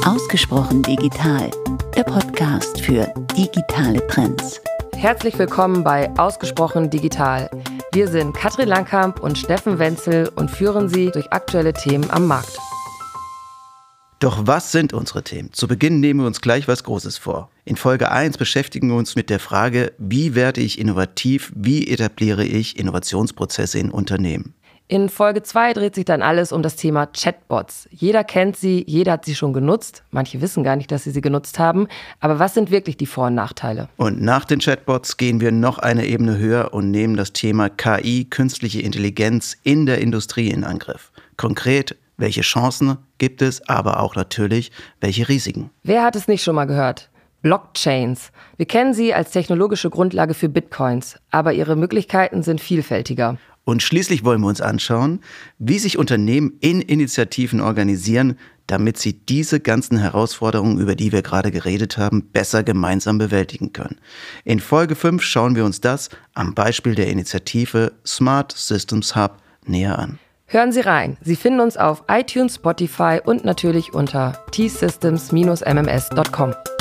Ausgesprochen digital, der Podcast für digitale Trends. Herzlich willkommen bei Ausgesprochen digital. Wir sind Katrin Langkamp und Steffen Wenzel und führen Sie durch aktuelle Themen am Markt. Doch was sind unsere Themen? Zu Beginn nehmen wir uns gleich was Großes vor. In Folge 1 beschäftigen wir uns mit der Frage, wie werde ich innovativ, wie etabliere ich Innovationsprozesse in Unternehmen? In Folge 2 dreht sich dann alles um das Thema Chatbots. Jeder kennt sie, jeder hat sie schon genutzt. Manche wissen gar nicht, dass sie genutzt haben. Aber was sind wirklich die Vor- und Nachteile? Und nach den Chatbots gehen wir noch eine Ebene höher und nehmen das Thema KI, künstliche Intelligenz, in der Industrie in Angriff. Konkret, welche Chancen gibt es, aber auch natürlich, welche Risiken? Wer hat es nicht schon mal gehört? Blockchains. Wir kennen sie als technologische Grundlage für Bitcoins, aber ihre Möglichkeiten sind vielfältiger. Und schließlich wollen wir uns anschauen, wie sich Unternehmen in Initiativen organisieren, damit sie diese ganzen Herausforderungen, über die wir gerade geredet haben, besser gemeinsam bewältigen können. In Folge 5 schauen wir uns das am Beispiel der Initiative Smart Systems Hub näher an. Hören Sie rein. Sie finden uns auf iTunes, Spotify und natürlich unter tsystems-mms.com.